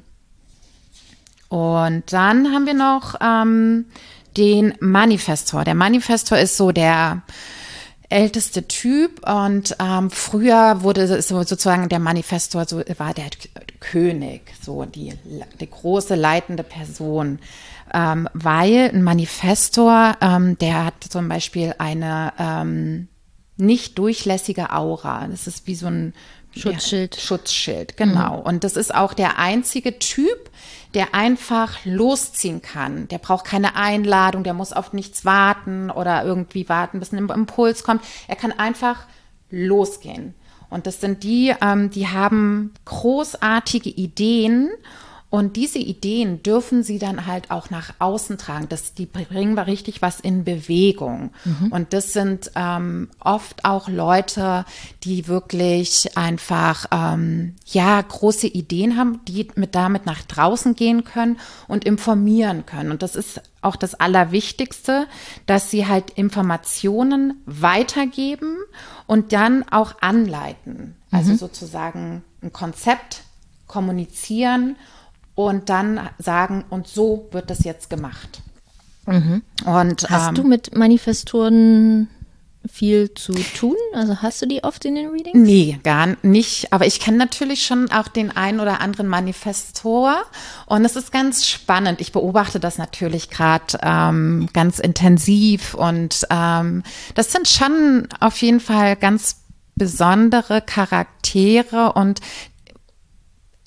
und dann haben wir noch ähm, den Manifestor. Der Manifestor ist so der älteste Typ und ähm, früher wurde so sozusagen der Manifestor, so war der König, so die, die große leitende Person. Ähm, weil ein Manifestor, ähm, der hat zum Beispiel eine ähm, nicht durchlässige Aura. Das ist wie so ein Schutzschild. Ja, Schutzschild, genau. Mhm. Und das ist auch der einzige Typ, der einfach losziehen kann. Der braucht keine Einladung, der muss auf nichts warten oder irgendwie warten, bis ein Impuls kommt. Er kann einfach losgehen. Und das sind die, ähm, die haben großartige Ideen. Und diese Ideen dürfen sie dann halt auch nach außen tragen. Das, die bringen wir richtig was in Bewegung. Mhm. Und das sind ähm, oft auch Leute, die wirklich einfach ähm, ja große Ideen haben, die mit damit nach draußen gehen können und informieren können. Und das ist auch das Allerwichtigste, dass sie halt Informationen weitergeben und dann auch anleiten. Mhm. Also sozusagen ein Konzept kommunizieren und dann sagen, und so wird das jetzt gemacht. Mhm. Und, hast ähm, du mit Manifestoren viel zu tun? Also hast du die oft in den Readings? Nee, gar nicht. Aber ich kenne natürlich schon auch den einen oder anderen Manifestor. Und es ist ganz spannend. Ich beobachte das natürlich gerade ähm, ganz intensiv. Und ähm, das sind schon auf jeden Fall ganz besondere Charaktere und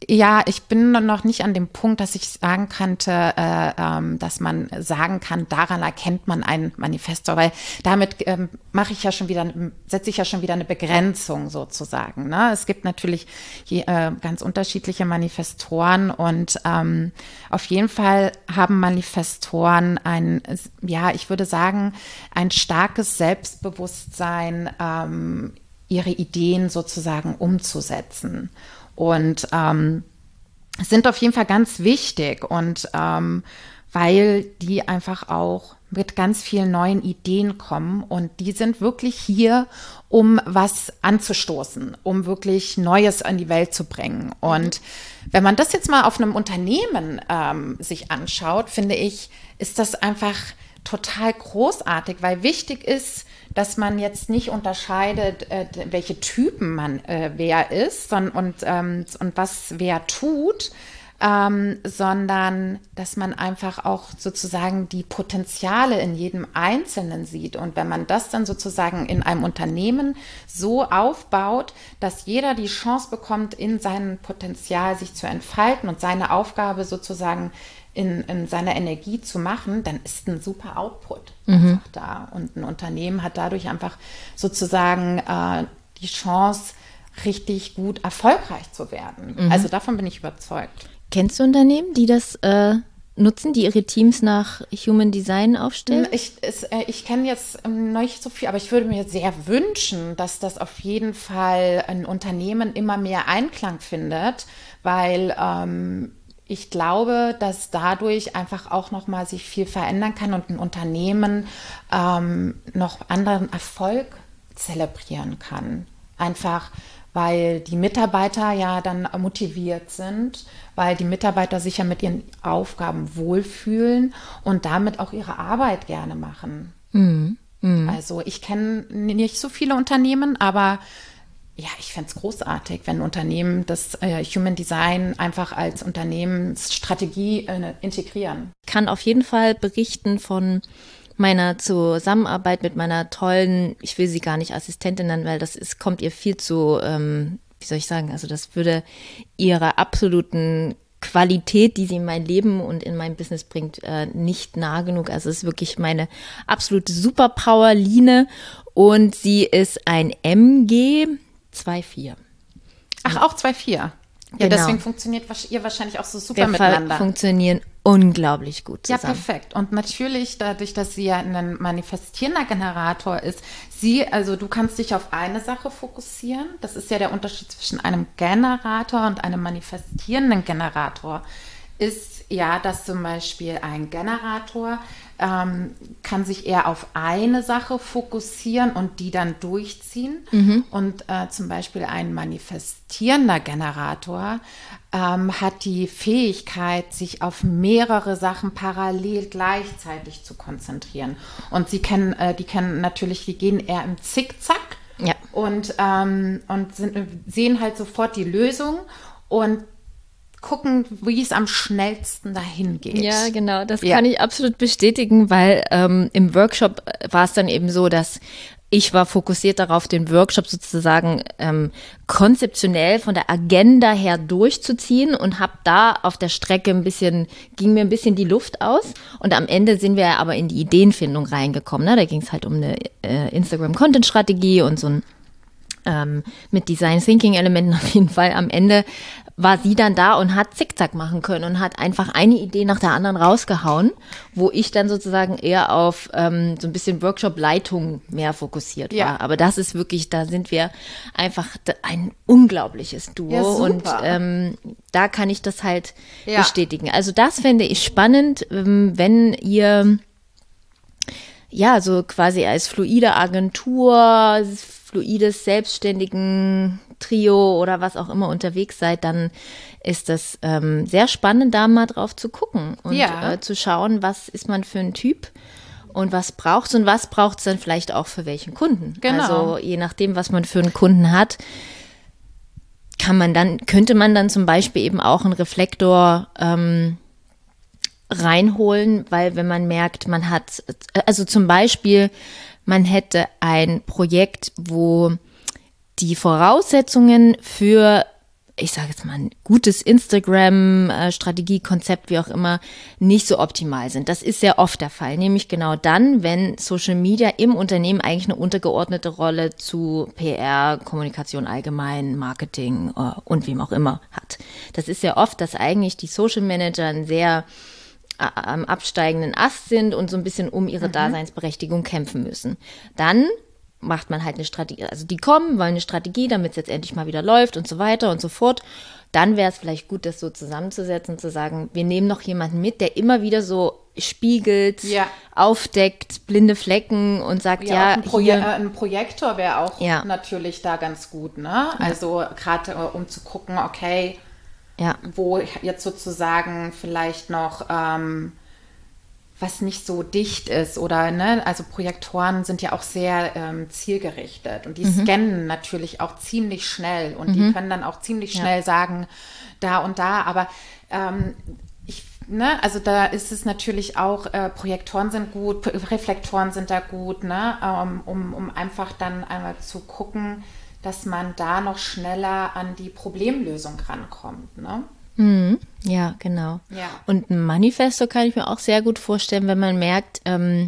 Ja, ich bin noch nicht an dem Punkt, dass ich sagen könnte, äh, ähm, dass man sagen kann, daran erkennt man einen Manifestor, weil damit ähm, mache ich ja schon wieder, setze ich ja schon wieder eine Begrenzung sozusagen. Ne? Es gibt natürlich je, äh, ganz unterschiedliche Manifestoren und ähm, auf jeden Fall haben Manifestoren ein, ja, ich würde sagen, ein starkes Selbstbewusstsein, ähm, ihre Ideen sozusagen umzusetzen. Und ähm, sind auf jeden Fall ganz wichtig und ähm, weil die einfach auch mit ganz vielen neuen Ideen kommen und die sind wirklich hier, um was anzustoßen, um wirklich Neues in die Welt zu bringen. Und wenn man das jetzt mal auf einem Unternehmen ähm, sich anschaut, finde ich, ist das einfach total großartig, weil wichtig ist, dass man jetzt nicht unterscheidet, äh, welche Typen man äh, wer ist son- und, ähm, und was wer tut, ähm, sondern dass man einfach auch sozusagen die Potenziale in jedem Einzelnen sieht. Und wenn man das dann sozusagen in einem Unternehmen so aufbaut, dass jeder die Chance bekommt, in seinem Potenzial sich zu entfalten und seine Aufgabe sozusagen In, in seiner Energie zu machen, dann ist ein super Output mhm. einfach da. Und ein Unternehmen hat dadurch einfach sozusagen äh, die Chance, richtig gut erfolgreich zu werden. Mhm. Also davon bin ich überzeugt. Kennst du Unternehmen, die das äh, nutzen, die ihre Teams nach Human Design aufstellen? Ich, äh, ich kenne jetzt ähm, noch nicht so viel, aber ich würde mir sehr wünschen, dass das auf jeden Fall ein Unternehmen immer mehr Einklang findet, weil ähm, ich glaube, dass dadurch einfach auch noch mal sich viel verändern kann und ein Unternehmen ähm, noch anderen Erfolg zelebrieren kann. Einfach, weil die Mitarbeiter ja dann motiviert sind, weil die Mitarbeiter sich ja mit ihren Aufgaben wohlfühlen und damit auch ihre Arbeit gerne machen. Mhm. Mhm. Also ich kenne nicht so viele Unternehmen, aber ja, ich fände es großartig, wenn Unternehmen das äh, Human Design einfach als Unternehmensstrategie äh, integrieren. Ich kann auf jeden Fall berichten von meiner Zusammenarbeit mit meiner tollen, ich will sie gar nicht Assistentin nennen, weil das ist, kommt ihr viel zu, ähm, wie soll ich sagen, also das würde ihrer absoluten Qualität, die sie in mein Leben und in mein Business bringt, äh, nicht nah genug. Also es ist wirklich meine absolute Superpower-Line und sie ist ein M G zwei vier. Ach, auch zwei vier. Ja, genau. Deswegen funktioniert ihr wahrscheinlich auch so super Wir miteinander. Funktionieren unglaublich gut zusammen. Ja, perfekt. Und natürlich, dadurch, dass sie ja ein manifestierender Generator ist, sie, also du kannst dich auf eine Sache fokussieren. Das ist ja der Unterschied zwischen einem Generator und einem manifestierenden Generator. Ist ja, dass zum Beispiel ein Generator ähm, kann sich eher auf eine Sache fokussieren und die dann durchziehen. Mhm. Und äh, zum Beispiel ein manifestierender Generator ähm, hat die Fähigkeit, sich auf mehrere Sachen parallel gleichzeitig zu konzentrieren. Und sie kennen, äh, die kennen natürlich, die gehen eher im Zickzack ja. und, ähm, und sind, sehen halt sofort die Lösung und gucken, wie es am schnellsten dahin geht. Ja, genau, das ja. kann ich absolut bestätigen, weil ähm, im Workshop war es dann eben so, dass ich war fokussiert darauf, den Workshop sozusagen ähm, konzeptionell von der Agenda her durchzuziehen und habe da auf der Strecke ein bisschen, ging mir ein bisschen die Luft aus und am Ende sind wir aber in die Ideenfindung reingekommen. Ne? Da ging es halt um eine äh, Instagram-Content-Strategie und so ein ähm, mit Design-Thinking-Elementen auf jeden Fall. Am Ende war sie dann da und hat Zickzack machen können und hat einfach eine Idee nach der anderen rausgehauen, wo ich dann sozusagen eher auf ähm, so ein bisschen Workshop-Leitung mehr fokussiert war. Ja. Aber das ist wirklich, da sind wir einfach ein unglaubliches Duo ja, und ähm, da kann ich das halt ja. bestätigen. Also das fände ich spannend, ähm, wenn ihr ja so quasi als fluide Agentur, fluides selbstständigen Trio oder was auch immer unterwegs seid, dann ist das ähm, sehr spannend, da mal drauf zu gucken und ja. äh, zu schauen, was ist man für ein Typ und was braucht es und was braucht es dann vielleicht auch für welchen Kunden. Genau. Also je nachdem, was man für einen Kunden hat, kann man dann, könnte man dann zum Beispiel eben auch einen Reflektor ähm, reinholen, weil wenn man merkt, man hat, also zum Beispiel, man hätte ein Projekt, wo die Voraussetzungen für ich sage jetzt mal, ein gutes Instagram-Strategiekonzept, wie auch immer, nicht so optimal sind. Das ist sehr oft der Fall, nämlich genau dann, wenn Social Media im Unternehmen eigentlich eine untergeordnete Rolle zu P R, Kommunikation allgemein, Marketing äh, und wem auch immer hat. Das ist sehr oft, dass eigentlich die Social Manager ein sehr am absteigenden Ast sind und so ein bisschen um ihre mhm. Daseinsberechtigung kämpfen müssen. Dann macht man halt eine Strategie, also die kommen, wollen eine Strategie, damit es jetzt endlich mal wieder läuft und so weiter und so fort. Dann wäre es vielleicht gut, das so zusammenzusetzen, zu sagen, wir nehmen noch jemanden mit, der immer wieder so spiegelt, ja. aufdeckt, blinde Flecken und sagt, ja, ja ein, Proje- hier, ein Projektor wäre auch ja. natürlich da ganz gut, ne? Ja. Also gerade um zu gucken, okay, ja. wo jetzt sozusagen vielleicht noch ähm, was nicht so dicht ist oder, ne, also Projektoren sind ja auch sehr ähm, zielgerichtet und die mhm. scannen natürlich auch ziemlich schnell und mhm. die können dann auch ziemlich schnell ja. sagen, da und da, aber ähm, ich, ne, also da ist es natürlich auch, äh, Projektoren sind gut, Reflektoren sind da gut, ne, ähm, um, um einfach dann einmal zu gucken, dass man da noch schneller an die Problemlösung rankommt, ne? Mhm, ja, genau. Ja. Und ein Manifesto kann ich mir auch sehr gut vorstellen, wenn man merkt, ähm,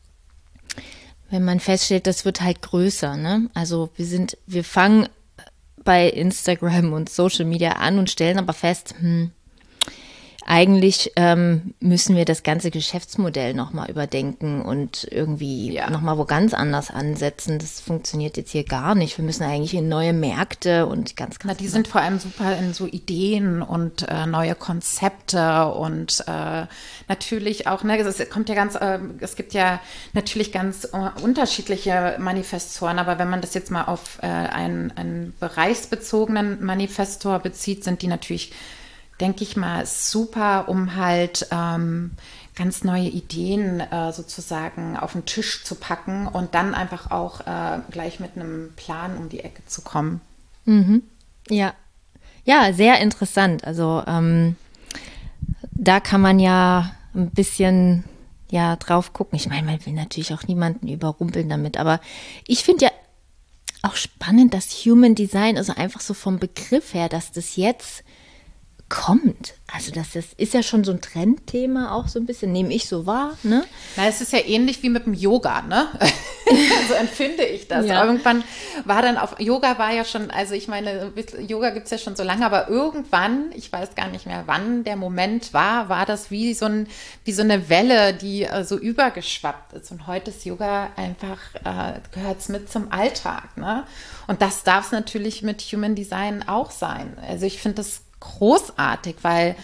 wenn man feststellt, das wird halt größer, ne? Also wir sind, wir fangen bei Instagram und Social Media an und stellen aber fest, hm, eigentlich ähm, müssen wir das ganze Geschäftsmodell nochmal überdenken und irgendwie ja. nochmal wo ganz anders ansetzen. Das funktioniert jetzt hier gar nicht. Wir müssen eigentlich in neue Märkte und ganz, ganz. Na, die sind vor allem super in so Ideen und äh, neue Konzepte und äh, natürlich auch, ne, es kommt ja ganz, äh, es gibt ja natürlich ganz äh, unterschiedliche Manifestoren, aber wenn man das jetzt mal auf äh, einen, einen bereichsbezogenen Manifestor bezieht, sind die natürlich, denke ich mal, super, um halt ähm, ganz neue Ideen äh, sozusagen auf den Tisch zu packen und dann einfach auch äh, gleich mit einem Plan um die Ecke zu kommen. Mhm. Ja, ja, sehr interessant. Also ähm, da kann man ja ein bisschen ja drauf gucken. Ich meine, man will natürlich auch niemanden überrumpeln damit, aber ich finde ja auch spannend, dass Human Design, also einfach so vom Begriff her, dass das jetzt kommt. Also das, das ist ja schon so ein Trendthema auch so ein bisschen, nehme ich so wahr, ne? Na, es ist ja ähnlich wie mit dem Yoga, ne? So empfinde ich das. Ja. Irgendwann war dann auf, Yoga war ja schon, also ich meine, Yoga gibt es ja schon so lange, aber irgendwann, ich weiß gar nicht mehr, wann der Moment war, war das wie so, ein, wie so eine Welle, die äh, so übergeschwappt ist. Und heute ist Yoga einfach, äh, gehört es mit zum Alltag, ne? Und das darf es natürlich mit Human Design auch sein. Also ich finde das großartig, weil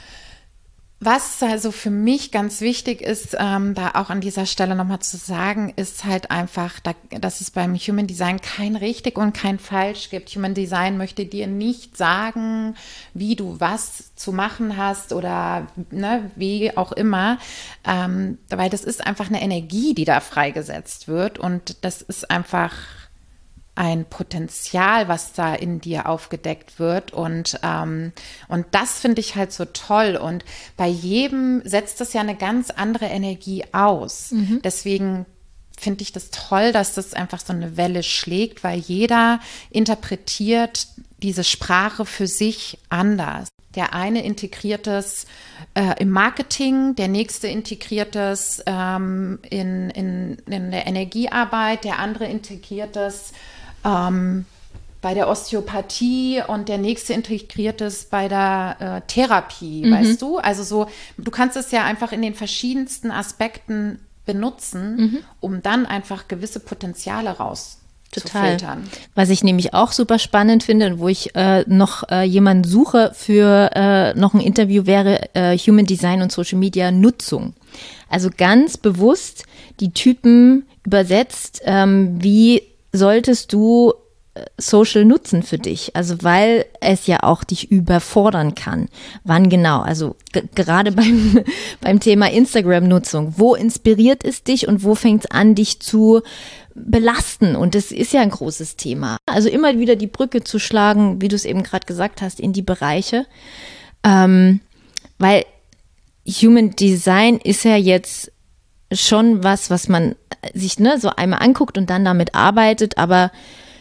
was also für mich ganz wichtig ist, ähm, da auch an dieser Stelle nochmal zu sagen, ist halt einfach, da, dass es beim Human Design kein richtig und kein falsch gibt. Human Design möchte dir nicht sagen, wie du was zu machen hast oder ne, wie auch immer, ähm, weil das ist einfach eine Energie, die da freigesetzt wird und das ist einfach ein Potenzial, was da in dir aufgedeckt wird und, ähm, und das finde ich halt so toll und bei jedem setzt das ja eine ganz andere Energie aus. Mhm. Deswegen finde ich das toll, dass das einfach so eine Welle schlägt, weil jeder interpretiert diese Sprache für sich anders. Der eine integriert es äh, im Marketing, der nächste integriert es ähm, in, in, in der Energiearbeit, der andere integriert es Ähm, bei der Osteopathie und der nächste integriert es bei der äh, Therapie, mhm. weißt du? Also so, du kannst es ja einfach in den verschiedensten Aspekten benutzen, mhm. um dann einfach gewisse Potenziale rauszufiltern. Was ich nämlich auch super spannend finde und wo ich äh, noch äh, jemanden suche für äh, noch ein Interview wäre äh, Human Design und Social Media Nutzung. Also ganz bewusst die Typen übersetzt, ähm, wie solltest du Social nutzen für dich? Also weil es ja auch dich überfordern kann. Wann genau? Also g- gerade beim, beim Thema Instagram-Nutzung. Wo inspiriert es dich und wo fängt es an, dich zu belasten? Und das ist ja ein großes Thema. Also immer wieder die Brücke zu schlagen, wie du es eben gerade gesagt hast, in die Bereiche. Ähm, weil Human Design ist ja jetzt schon was, was man sich ne, so einmal anguckt und dann damit arbeitet, aber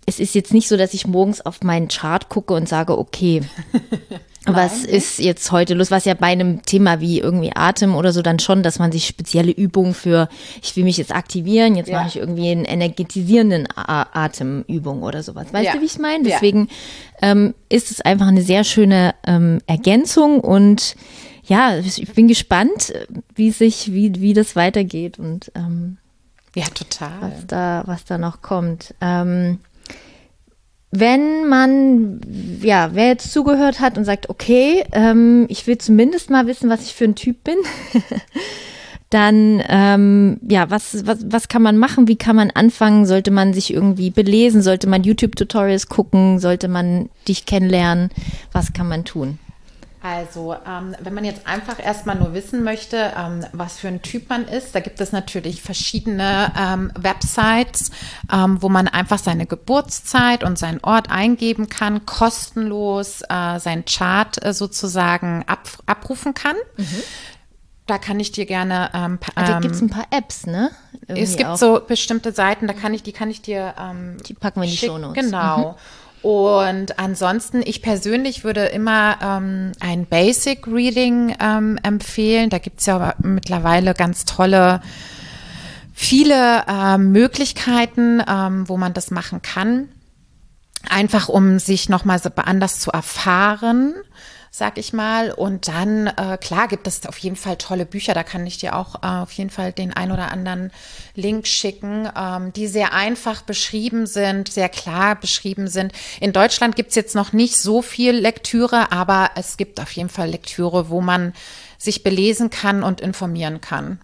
es ist jetzt nicht so, dass ich morgens auf meinen Chart gucke und sage, okay, was ist jetzt heute los? Was ja bei einem Thema wie irgendwie Atem oder so dann schon, dass man sich spezielle Übungen für, ich will mich jetzt aktivieren, jetzt ja. mache ich irgendwie einen energetisierenden A- Atemübung oder sowas. Weißt ja. du, wie ich es meine? Deswegen ja. ähm, ist es einfach eine sehr schöne ähm, Ergänzung und ja, ich bin gespannt, wie sich, wie, wie das weitergeht und ähm, ja, total. Was da, was da noch kommt. Ähm, Wenn man, ja, wer jetzt zugehört hat und sagt, okay, ähm, ich will zumindest mal wissen, was ich für ein Typ bin, dann, ähm, ja, was, was, was kann man machen? Wie kann man anfangen? Sollte man sich irgendwie belesen? Sollte man YouTube-Tutorials gucken? Sollte man dich kennenlernen? Was kann man tun? Also, ähm, wenn man jetzt einfach erstmal nur wissen möchte, ähm, was für ein Typ man ist, da gibt es natürlich verschiedene ähm, Websites, ähm, wo man einfach seine Geburtszeit und seinen Ort eingeben kann, kostenlos äh, seinen Chart äh, sozusagen ab, abrufen kann. Mhm. Da kann ich dir gerne. Ähm, also, da gibt es ein paar Apps, ne? Irgendwie es gibt auch so bestimmte Seiten, da kann ich, die kann ich dir. Ähm, die packen wir in die schick, Shownotes. Genau. Mhm. Und ansonsten, ich persönlich würde immer ähm, ein Basic Reading ähm, empfehlen. Da gibt es ja mittlerweile ganz tolle, viele äh, Möglichkeiten, ähm, wo man das machen kann. Einfach um sich nochmal so anders zu erfahren, sag ich mal. Und dann, äh, klar, gibt es auf jeden Fall tolle Bücher. Da kann ich dir auch äh, auf jeden Fall den ein oder anderen Link schicken, ähm, die sehr einfach beschrieben sind, sehr klar beschrieben sind. In Deutschland gibt es jetzt noch nicht so viel Lektüre, aber es gibt auf jeden Fall Lektüre, wo man sich belesen kann und informieren kann.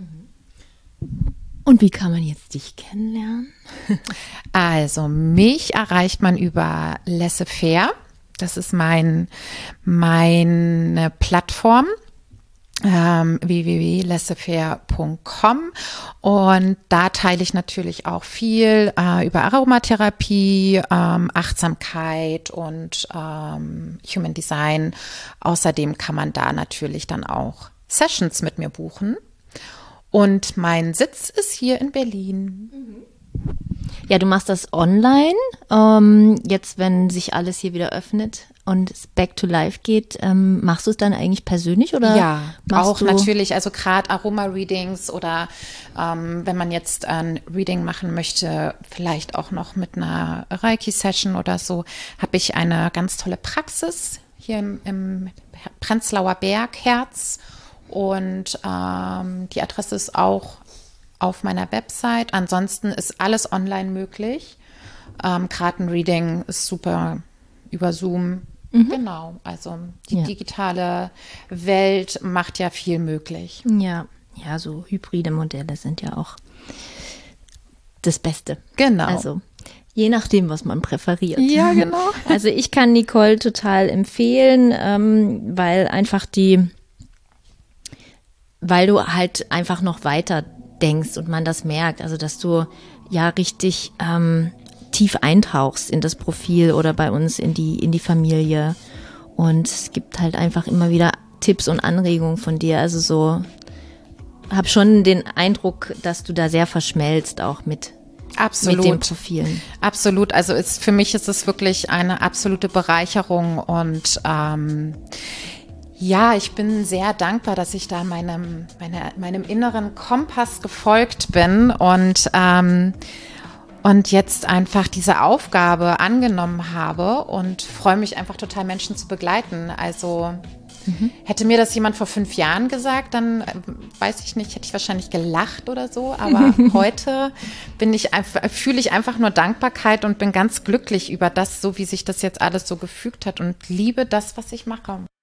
Und wie kann man jetzt dich kennenlernen? Also mich erreicht man über Laissez-faire. Das ist mein, meine Plattform, ähm, w w w punkt laissez faire punkt com, und da teile ich natürlich auch viel äh, über Aromatherapie, ähm, Achtsamkeit und ähm, Human Design. Außerdem kann man da natürlich dann auch Sessions mit mir buchen. Und mein Sitz ist hier in Berlin. Ja, du machst das online. Ähm, jetzt, wenn sich alles hier wieder öffnet und es back to life geht, ähm, machst du es dann eigentlich persönlich oder? Ja, auch du natürlich. Also gerade Aroma-Readings oder ähm, wenn man jetzt ein Reading machen möchte, vielleicht auch noch mit einer Reiki-Session oder so, habe ich eine ganz tolle Praxis hier im, im Prenzlauer Berg, Herz. Und ähm, die Adresse ist auch auf meiner Website. Ansonsten ist alles online möglich. Ähm, gerade ein Reading ist super über Zoom. Mhm. Genau, also die ja. digitale Welt macht ja viel möglich. Ja, ja, so hybride Modelle sind ja auch das Beste. Genau. Also je nachdem, was man präferiert. Ja, genau. Also ich kann Nicole total empfehlen, ähm, weil einfach die weil du halt einfach noch weiter denkst und man das merkt, also dass du ja richtig ähm, tief eintauchst in das Profil oder bei uns in die in die Familie, und es gibt halt einfach immer wieder Tipps und Anregungen von dir, also so, habe schon den Eindruck, dass du da sehr verschmelzt auch mit Absolut. Mit den Profilen. Absolut, also ist, für mich ist es wirklich eine absolute Bereicherung und ähm, ja, ich bin sehr dankbar, dass ich da meinem, meine, meinem inneren Kompass gefolgt bin und, ähm, und jetzt einfach diese Aufgabe angenommen habe und freue mich einfach total, Menschen zu begleiten. Also mhm. hätte mir das jemand vor fünf Jahren gesagt, dann äh, weiß ich nicht, hätte ich wahrscheinlich gelacht oder so. Aber heute bin ich einfach, fühle ich einfach nur Dankbarkeit und bin ganz glücklich über das, so wie sich das jetzt alles so gefügt hat, und liebe das, was ich mache.